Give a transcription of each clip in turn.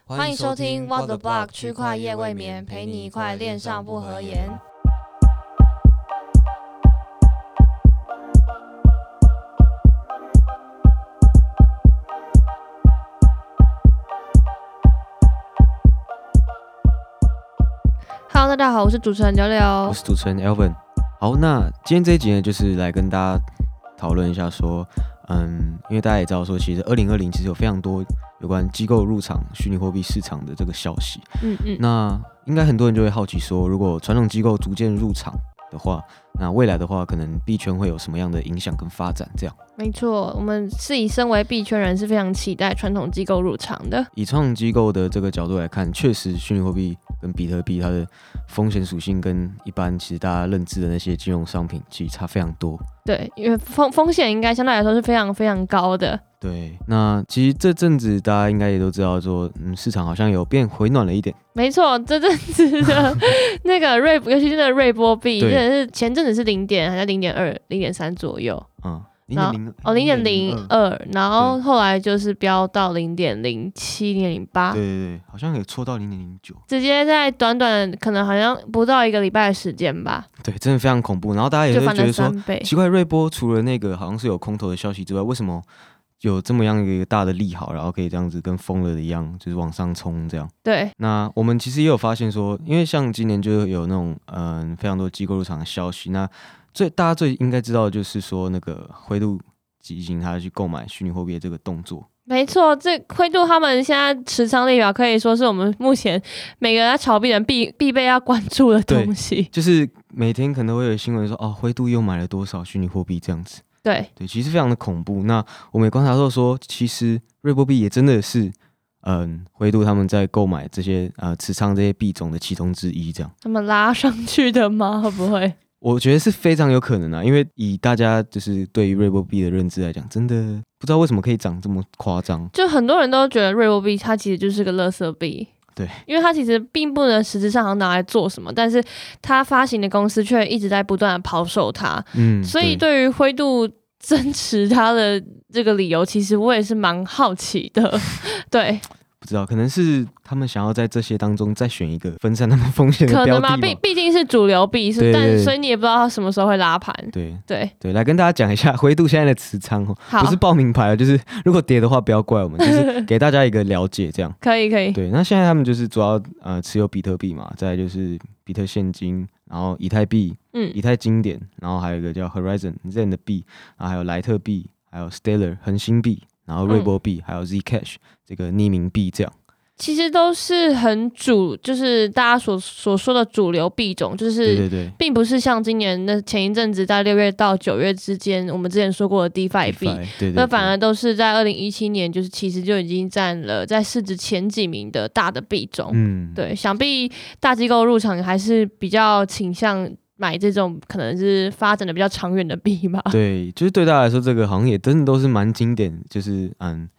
欢迎收听 What the Block 区块夜未眠，陪你一块恋上不合言。Hello， 大家好，我是主持人刘刘， 我是主持人 Elvin。好，那今天这一集呢，就是来跟大家讨论一下说，因为大家也知道说，其实2020其实有非常多有关机构入场虚拟货币市场的这个消息。那应该很多人就会好奇说，如果传统机构逐渐入场的话，那未来的话，可能币圈会有什么样的影响跟发展？这样。 没错，我们是以身为币圈人是非常期待传统机构入场的。 以传统机构的这个角度来看，确实虚拟货币跟比特币它的风险属性跟一般其实大家认知的那些金融商品其实差非常多。 对，因为风险应该相对来说是非常非常高的。 对，那其实这阵子大家应该也都知道说，市场好像有变回暖了一点。 没错，这阵子的那个尤其是那个瑞波币，真的是前阵子是0.还是0.2、0.3左右。0.02，然后后来就是飙到0.07、0.08， 对，好像有戳到0.09， 直接在短短可能好像不到一个礼拜的时间吧。 对，真的非常恐怖。然后大家也会觉得说，奇怪，瑞波除了那个好像是有空头的消息之外，为什么有这么样一个大的利好，然后可以这样子跟疯了的一样，就是往上冲这样？ 对。 那我们其实也有发现说，因为像今年就有那种非常多机构入场的消息，那大家最应该知道的就是说那个灰度基金他去购买虚拟货币的这个动作。 没错，这灰度他们现在持仓列表可以说是我们目前每个在炒币人必备要关注的东西。 就是每天可能会有新闻说，灰度又买了多少虚拟货币这样子。 对， 其实非常的恐怖。那我们也观察到说，其实瑞波币也真的是灰度他们在购买这些持仓这些币种的其中之一，这样。 他们拉上去的吗？会不会？ 我觉得是非常有可能啊，因为以大家就是对于瑞波币的认知来讲，真的不知道为什么可以涨这么夸张。 就很多人都觉得瑞波币它其实就是个垃圾币。 对， 因为它其实并不能实质上好像拿来做什么，但是它发行的公司却一直在不断的抛售它。所以对于灰度增持它的这个理由，其实我也是蛮好奇的。对。 不知道，可能是他们想要在这些当中再选一个分散他们风险的标的嘛？ 可能吧，毕竟是主流币，但所以你也不知道它什么时候会拉盘。对， 来跟大家讲一下灰度现在的持仓不是报名牌，就是如果跌的话不要怪我们，就是给大家一个了解这样。 可以。 对，那现在他们就是主要持有比特币嘛，再来就是比特现金，然后以太币，以太经典，然后还有一个叫 Horizon Zen 的币，然后还有莱特币，还有 Stellar 恒星币。然后瑞波币还有 Zcash 这个匿名币，这样其实都是很就是大家所说的主流币种，就是并不是像今年的前一阵子在6月到9月之间，我们之前说过的 DeFi 币，那反而都是在2017年，就是其实就已经占了在市值前几名的大的币种。对，想必大机构入场还是比较倾向买这种可能是发展的比较长远的币吧。 对，就是对大家来说，这个好像也真的都是蛮经典，就是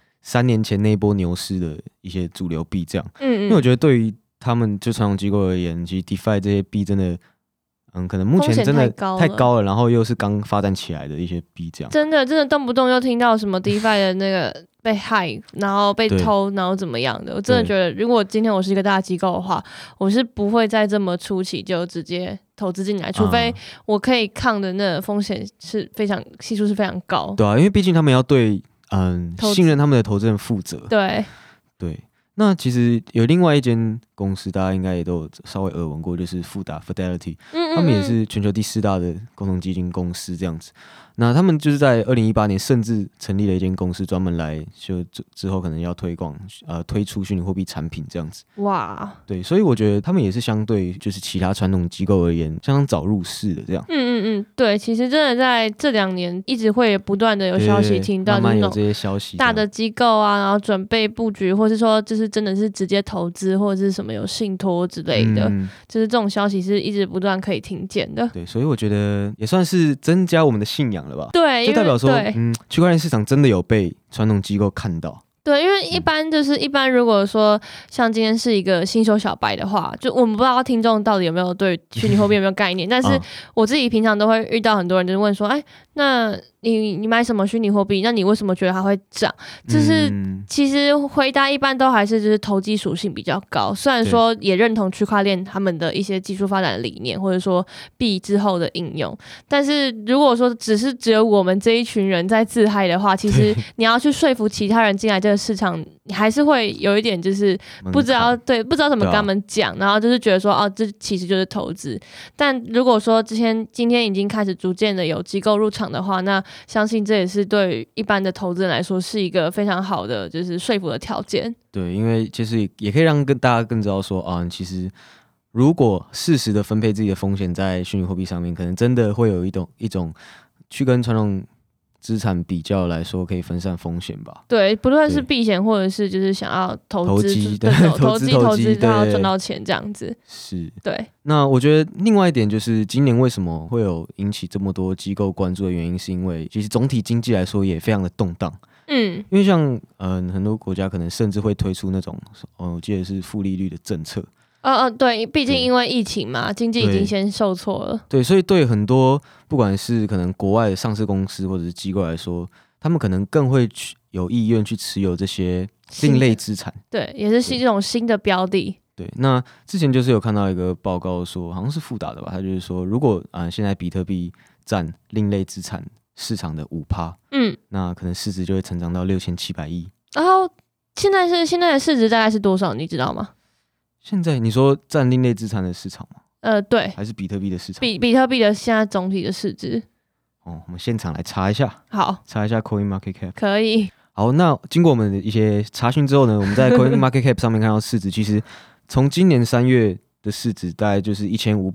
3年前那一波牛市的一些主流币这样。因为我觉得对于他们就传统机构而言，其实 DeFi 这些币真的，可能目前真的太高了，然后又是刚发展起来的一些币这样。 真的动不动又听到什么 DeFi 的那个被害，然后被偷，然后怎么样的？我真的觉得，如果今天我是一个大机构的话，我是不会再这么初期就直接投资进来，除非我可以抗的那个风险是系数是非常高。 对啊，因为毕竟他们要对信任他们的投资人负责。 对。 那其实有另外一间公司，大家应该也都有稍微耳闻过，就是富达 Fidelity，他们也是全球第4大的共同基金公司这样子。那他们就是在2018年甚至成立了一间公司，专门来就之后可能要推出虚拟货币产品这样子。 哇， 对，所以我觉得他们也是相对就是其他传统机构而言，相当早入市的这样。 对，其实真的在这2年一直会不断的有消息听到慢慢有这些消息， 大的机构啊，然后准备布局，或是说就是真的是直接投资，或者是什么有信托之类的，就是这种消息是一直不断可以听见的。 对，所以我觉得也算是增加我们的信仰了吧。 对， 就代表说，区块链市场真的有被传统机构看到。 对，因为一般如果说像今天是一个新手小白的话，就我们不知道听众到底有没有对虚拟货币有没有概念，但是我自己平常都会遇到很多人就是问说，哎，那你买什么虚拟货币？那你为什么觉得它会涨？就是其实回答一般都还是就是投机属性比较高，虽然说也认同区块链他们的一些技术发展的理念，或者说币之后的应用，但是如果说只有我们这一群人在自嗨的话，其实你要去说服其他人进来这个市场，你还是会有一点就是不知道怎么跟他们讲，然后就是觉得说哦，这其实就是投资。但如果说今天已经开始逐渐的有机构入场的话，那相信这也是对一般的投资人来说是一个非常好的就是说服的条件。 对，因为其实也可以让大家更知道说啊，其实如果适时的分配自己的风险在虚拟货币上面，可能真的会有一种去跟传统资产比较来说，可以分散风险吧。 对，不论是避险或者是就是想要投机然后赚到钱这样子。 是， 对。 那我觉得另外一点就是，今年为什么会有引起这么多机构关注的原因，是因为其实总体经济来说也非常的动荡。因为像很多国家可能甚至会推出那种我记得是负利率的政策。 对，毕竟因为疫情嘛，经济已经先受挫了。 对，所以对很多不管是可能国外的上市公司或者是机构来说，他们可能更会有意愿去持有这些另类资产。 对，也是一种新的标的。 对，那之前就是有看到一个报告说，好像是富达的吧，他就是说，如果现在比特币占另类资产市场的5%，那可能市值就会成长到6700亿。 然后现在的市值大概是多少？你知道吗？ 现在你说占另类资产的市场吗？ 对， 还是比特币的市场？ 比特币的现在总体的市值。 我们现场来查一下。 好， 查一下 CoinMarketCap。 可以。 好，那经过我们的一些查询之后呢，我们在 CoinMarketCap 上面看到市值，其实从今年3月的市值大概就是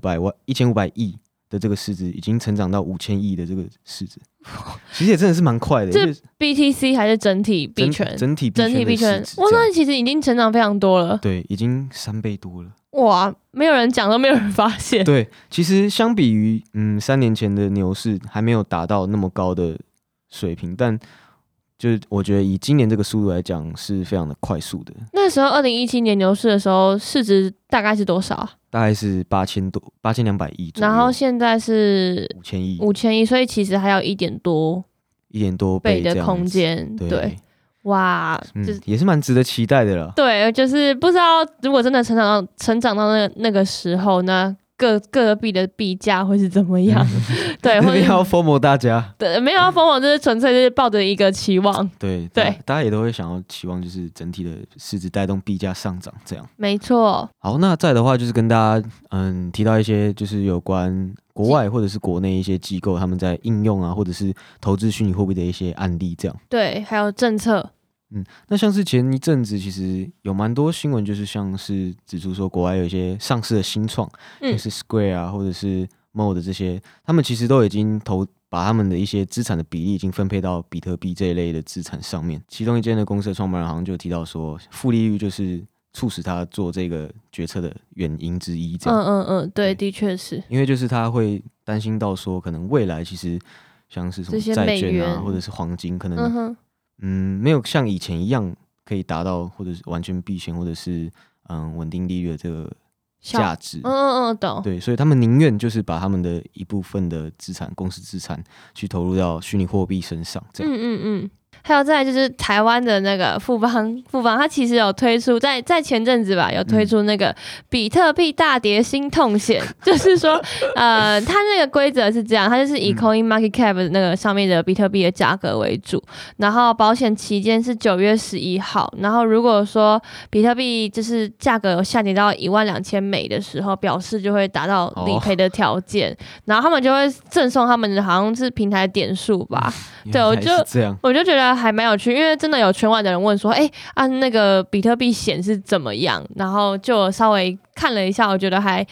1500亿的这个市值，已经成长到5000亿的这个市值，其实也真的是蛮快的。 这 BTC 还是整体币圈？整体币圈，哇，那其实已经成长非常多了。 对，已经3倍多了。 哇，没有人讲都没有人发现。 对，其实相比于3年前的牛市，还没有达到那么高的水平，但就是我觉得以今年这个速度来讲，是非常的快速的。 那时候2017年牛市的时候，市值大概是多少？ 大概是8200亿左右， 然后现在是5000亿，所以其实还有1点多倍的空间。对，哇， 也是蛮值得期待的了。 对，就是不知道如果真的成长到那个时候，那各个币的币价会是怎么样？对， 没有要FOMO大家， 对，没有要FOMO，就是纯粹就是抱着一个期望。 对，大家也都会想要期望，就是整体的市值带动币价上涨，这样。 没错。 好，那再的话就是跟大家提到一些就是有关国外或者是国内一些机构他们在应用啊，或者是投资虚拟货币的一些案例，这样。 对，还有政策。 那像是前一阵子其实有蛮多新闻，就是像是指出说国外有一些上市的新创，像是 Square 啊，或者是 Mode 这些，他们其实都已经把他们的一些资产的比例已经分配到比特币这一类的资产上面。其中一间的公司的创办人好像就提到说，负利率就是促使他做这个决策的原因之一。这样， 对，的确是， 因为就是他会担心到说，可能未来其实像是什么债券啊，或者是黄金，可能没有像以前一样可以达到或者是完全避险或者是稳定利率的这个价值。 懂。 对，所以他们宁愿就是把他们的一部分的资产，公司资产去投入到虚拟货币身上。这样。 还有再来就是台湾的那个富邦，它其实有推出在前阵子吧，有推出那个比特币大跌心痛险，就是说它那个规则是这样，它就是以 CoinMarketCap 的那个上面的比特币的价格为主，然后保险期间是9月11号，然后如果说比特币就是价格有下跌到12000美的时候，表示就会达到理赔的条件，然后他们就会赠送他们的好像是平台点数吧。对，我就觉得还蛮有趣，因为真的有圈外的人问说，那个比特币险是怎么样？然后就稍微看了一下，我觉得还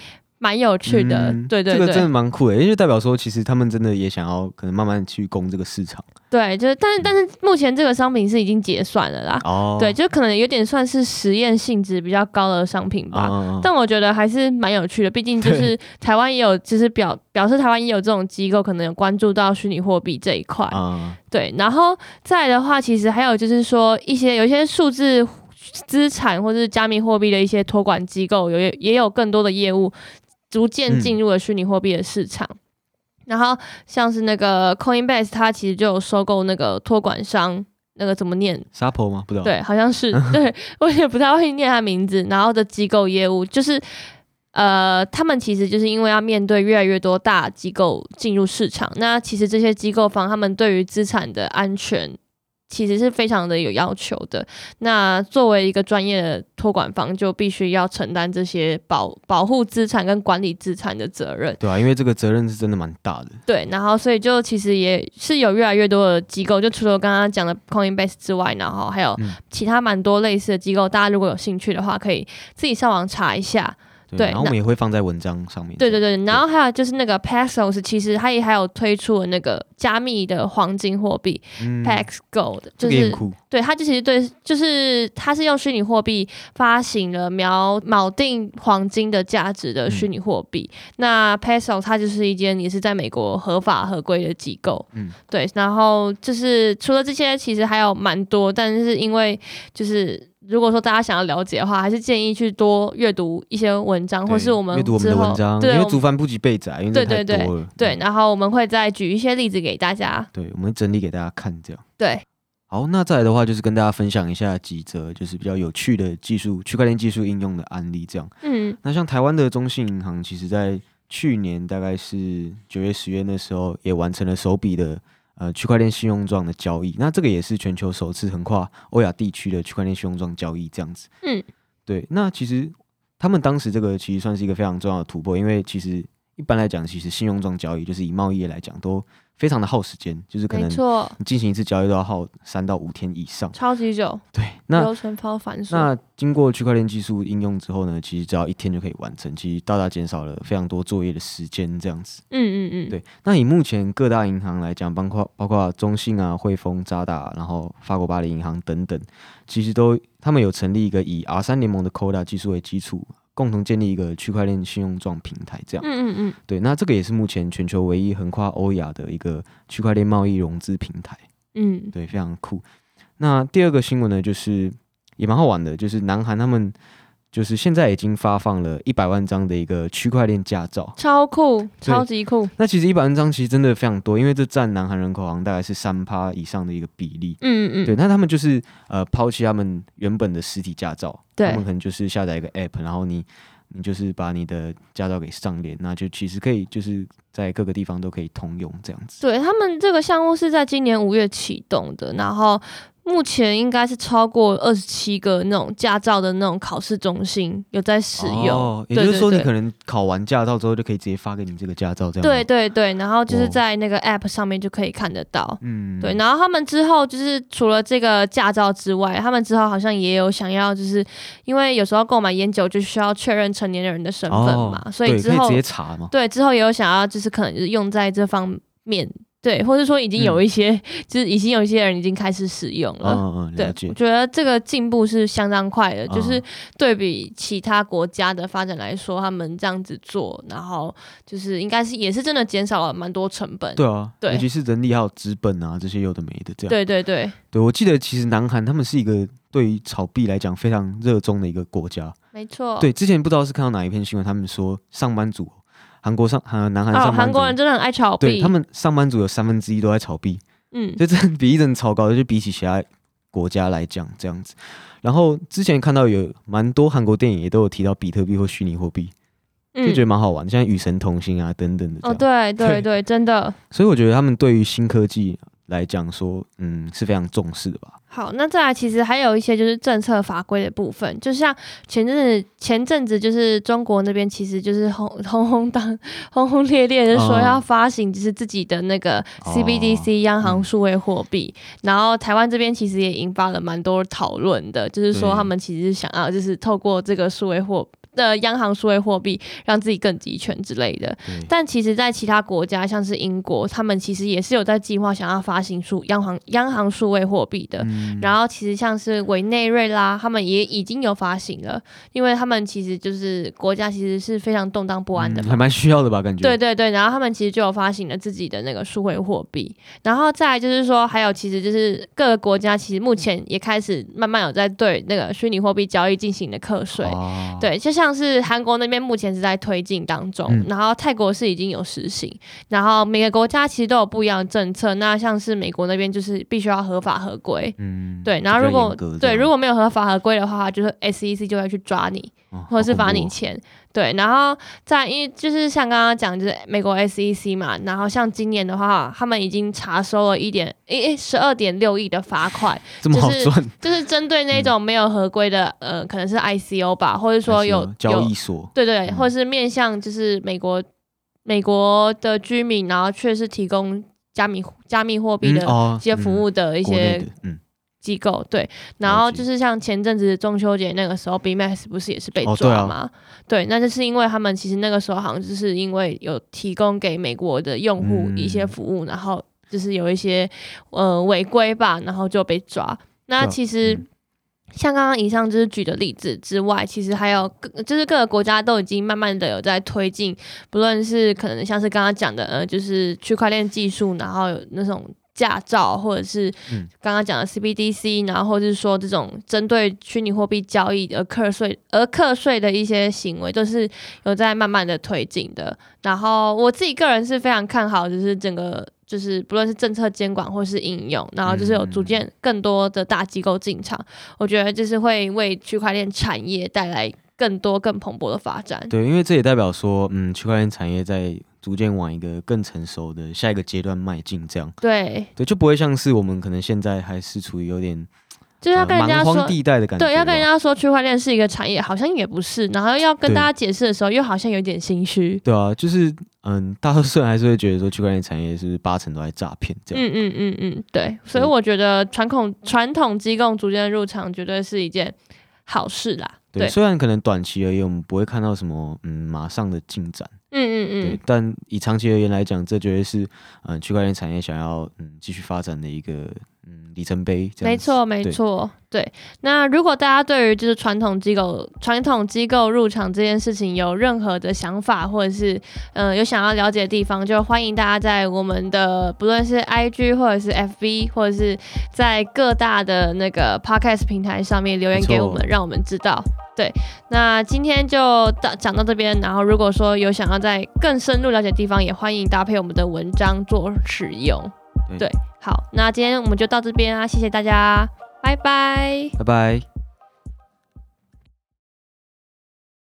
蛮有趣的，对对对， 这个真的蛮酷的，因为代表说其实他们真的也想要可能慢慢去攻这个市场。 对，就是但是目前这个商品是已经结算了啦。对，就可能有点算是实验性质比较高的商品吧。但我觉得还是蛮有趣的，毕竟就是台湾也有，就是表示台湾也有这种机构可能有关注到虚拟货币这一块。对，然后再来的话，其实还有就是说有一些数字资产或是加密货币的一些托管机构也有更多的业务逐渐进入了虚拟货币的市场。然后像是那个 Coinbase 它其实就有收购那个托管商，那个怎么念 Sapo 吗？不知道。 对，好像是对，我也不太会念他名字。然后的机构业务就是他们其实就是因为要面对越来越多大机构进入市场，那其实这些机构方他们对于资产的安全其实是非常的有要求的。那作为一个专业的托管方，就必须要承担这些保护资产跟管理资产的责任。 对啊，因为这个责任是真的蛮大的。 对，然后所以就其实也是有越来越多的机构，就除了刚刚讲的 Coinbase 之外，然后还有其他蛮多类似的机构，大家如果有兴趣的话，可以自己上网查一下。对， 然后我们也会放在文章上面。 对对对，然后还有就是那个 Paxos， 其实它也还有推出了那个加密的黄金货币，Pax Gold， 就是对它其实就是它是用虚拟货币发行了锚定黄金的价值的虚拟货币。那 Paxos 它就是一间也是在美国合法合规的机构。对，然后就是除了这些，其实还有蛮多，但是因为就是如果说大家想要了解的话，还是建议去多阅读一些文章，或是我们阅读我们的文章，因为族繁不及备载，因为太多了。 对，然后我们会再举一些例子给大家。 对，我们整理给大家看，这样。 对。 好，那再来的话就是跟大家分享一下几则就是比较有趣的区块链技术应用的案例，这样。那像台湾的中信银行，其实在去年大概是9月、10月那时候也完成了首笔的区块链信用状的交易，那这个也是全球首次横跨欧亚地区的区块链信用状交易这样子。对，那其实他们当时这个其实算是一个非常重要的突破，因为其实一般来讲，其实信用状交易就是以贸易业来讲都非常的耗时间，就是可能你进行一次交易都要耗3到5天以上， 超级久。 对，那流程超繁琐。 那经过区块链技术应用之后呢，其实只要1天就可以完成，其实大大减少了非常多作业的时间，这样子。对。那以目前各大银行来讲，包括中信啊、汇丰、渣打，然后法国巴黎银行等等，其实他们有成立一个以 R3 联盟的 CODA 技术为基础，共同建立一个区块链信用状平台，这样。对，那这个也是目前全球唯一横跨欧亚的一个区块链贸易融资平台。对，非常酷。那第二个新闻呢，就是也蛮好玩的，就是南韩他们就是现在已经发放了100万张的一个区块链驾照， 超酷，超级酷。 那其实100万张其实真的非常多，因为这占南韩人口好像大概是3%以上的一个比例。对，那他们就是抛弃他们原本的实体驾照，他们可能就是下载一个 app， 然后你就是把你的驾照给上链，那就其实可以就是在各个地方都可以通用这样子。 对，他们这个项目是在今年5月启动的，然后目前应该是超过27个那种驾照的那种考试中心有在使用。 也就是说你可能考完驾照之后就可以直接发给你这个驾照这样。 对对对，然后就是在那个 app 上面就可以看得到。对，然后他们之后就是除了这个驾照之外，他们之后好像也有想要，就是因为有时候购买烟酒就需要确认成年人的身份嘛，所以之后可以直接查嘛。 对，之后也有想要就是可能就是用在这方面。对，或者说已经有一些，就是已经有一些人已经开始使用了。对，我觉得这个进步是相当快的，就是对比其他国家的发展来说，他们这样子做，然后就是应该是也是真的减少了蛮多成本。 对啊，对，尤其是人力还有资本啊这些有的没的这样。 对对对， 对我记得其实南韩他们是一个对于炒币来讲非常热衷的一个国家。 没错。对， 之前不知道是看到哪一篇新闻，他们说上班族。南韩上班族， 韩国人真的很爱炒币， 对，他们上班族有1/3都在炒币，就这比例真的超高的，就比起其他国家来讲这样子。然后之前看到有蛮多韩国电影也都有提到比特币或虚拟货币，就觉得蛮好玩，像《与神同行》啊等等的。 对对对，真的。 所以我觉得他们对于新科技来讲说，是非常重视的吧。 好，那再来其实还有一些就是政策法规的部分，就像前阵子就是中国那边其实就是轰轰烈烈的说要发行就是自己的那个 CBDC 央行数位货币，然后台湾这边其实也引发了蛮多讨论的，就是说他们其实想要就是透过这个数位央行数位货币，让自己更集权之类的。但其实，在其他国家，像是英国，他们其实也是有在计划想要发行央行数位货币的。然后，其实像是委内瑞拉，他们也已经有发行了，因为他们其实就是国家其实是非常动荡不安的嘛， 还蛮需要的吧？感觉。 对，然后他们其实就有发行了自己的那个数位货币。然后再来就是说，还有其实就是各个国家其实目前也开始慢慢有在对那个虚拟货币交易进行的课税。对，就像是韩国那边目前是在推进当中，然后泰国是已经有实行，然后每个国家其实都有不一样的政策。那像是美国那边就是必须要合法合规，对，然后如果没有合法合规的话，就是 SEC 就会去抓你，或者是罚你钱。对，然后因为就是像刚刚讲，就是美国 SEC 嘛，然后像今年的话，他们已经查收了12.6亿的罚款， 这么好赚， 就是针对那种没有合规的可能是 ICO 吧，或者说有交易所， 对，或者是面向就是美国的居民，然后却是提供加密货币的一些服务的一些机构。对，然后就是像前阵子中秋节那个时候 BMax 不是也是被抓吗？对，那就是因为他们其实那个时候好像就是因为有提供给美国的用户一些服务，然后就是有一些违规吧，然后就被抓。那其实像刚刚以上就是举的例子之外，其实还有就是各个国家都已经慢慢的有在推进，不论是可能像是刚刚讲的就是区块链技术，然后有那种驾照，或者是刚刚讲的 CBDC， 然后或者是说这种针对虚拟货币交易而课税的一些行为，都是有在慢慢的推进的。然后我自己个人是非常看好，就是整个就是不论是政策监管或是应用，然后就是有逐渐更多的大机构进场，我觉得就是会为区块链产业带来更多更蓬勃的发展。 对，因为这也代表说，区块链产业在逐渐往一个更成熟的下一个阶段迈进，这样对，就不会像是我们可能现在还是处于有点就是要跟人家说蛮荒地带的感觉， 对，要跟人家说区块链是一个产业，好像也不是，然后要跟大家解释的时候，又好像有点心虚。 对啊，就是大多数人还是会觉得说区块链产业是80%都在诈骗这样。 对，所以我觉得传统机构逐渐入场，绝对是一件好事啦。 对，虽然可能短期而言，我们不会看到什么马上的进展。对，但以长期而言来讲，这绝对是区块链产业想要继续发展的一个里程碑。 没错，对。那如果大家对于就是传统机构入场这件事情有任何的想法，或者是有想要了解的地方，就欢迎大家在我们的不论是 IG 或者是 FB， 或者是在各大的那个 Podcast 平台上面留言给我们，让我们知道。对，那今天就讲到这边，然后如果说有想要再更深入了解的地方，也欢迎搭配我们的文章做使用。对，好，那今天我们就到这边啊，谢谢大家，拜拜。